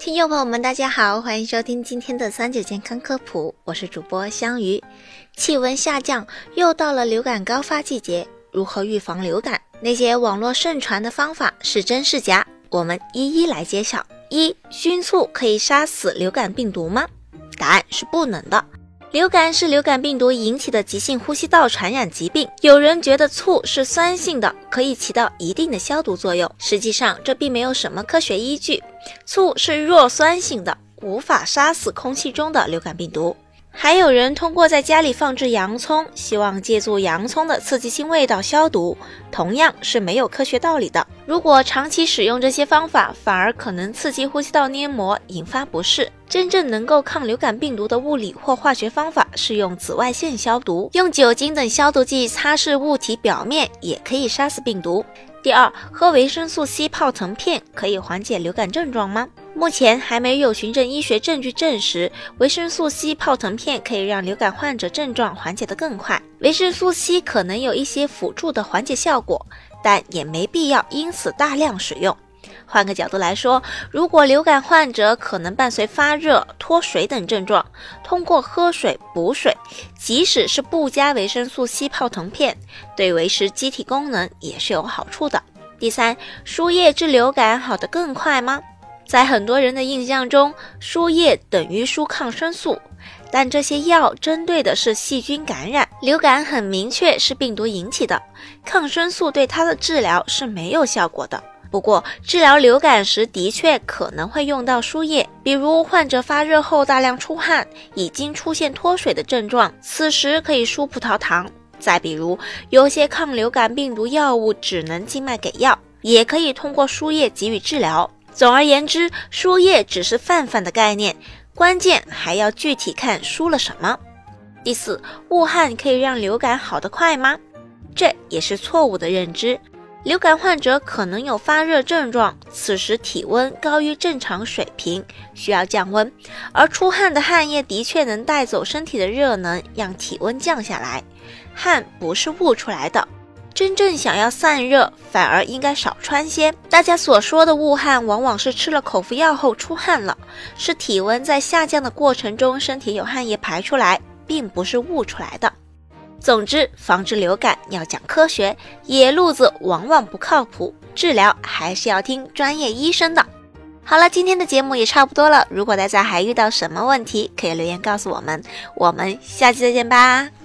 听众朋友们大家好，欢迎收听今天的39健康科普，我是主播香鱼。气温下降，又到了流感高发季节，如何预防流感？那些网络盛传的方法是真是假？我们一一来揭晓。一、熏醋可以杀死流感病毒吗？答案是不能的。流感是流感病毒引起的急性呼吸道传染疾病，有人觉得醋是酸性的，可以起到一定的消毒作用，实际上这并没有什么科学依据。醋是弱酸性的，无法杀死空气中的流感病毒。还有人通过在家里放置洋葱，希望借助洋葱的刺激性味道消毒，同样是没有科学道理的。如果长期使用这些方法，反而可能刺激呼吸道黏膜，引发不适。真正能够抗流感病毒的物理或化学方法是用紫外线消毒，用酒精等消毒剂擦拭物体表面也可以杀死病毒。第二，喝维生素 C 泡腾片可以缓解流感症状吗？目前还没有循证医学证据证实维生素 C 泡腾片可以让流感患者症状缓解得更快。维生素 C 可能有一些辅助的缓解效果，但也没必要因此大量使用。换个角度来说，如果流感患者可能伴随发热、脱水等症状，通过喝水补水，即使是不加维生素 C 泡腾片，对维持机体功能也是有好处的。第三，输液治流感好得更快吗？在很多人的印象中，输液等于输抗生素，但这些药针对的是细菌感染，流感很明确是病毒引起的，抗生素对它的治疗是没有效果的。不过治疗流感时的确可能会用到输液，比如患者发热后大量出汗，已经出现脱水的症状，此时可以输葡萄糖。再比如有些抗流感病毒药物只能静脉给药，也可以通过输液给予治疗。总而言之，输液只是泛泛的概念，关键还要具体看输了什么。第四，捂汗可以让流感好得快吗？这也是错误的认知。流感患者可能有发热症状，此时体温高于正常水平，需要降温，而出汗的汗液的确能带走身体的热能，让体温降下来。汗不是捂出来的，真正想要散热，反而应该少穿些。大家所说的捂汗，往往是吃了口服药后出汗了，是体温在下降的过程中，身体有汗液排出来，并不是捂出来的。总之，防治流感要讲科学，野路子往往不靠谱，治疗还是要听专业医生的。好了，今天的节目也差不多了，如果大家还遇到什么问题，可以留言告诉我们，我们下期再见吧。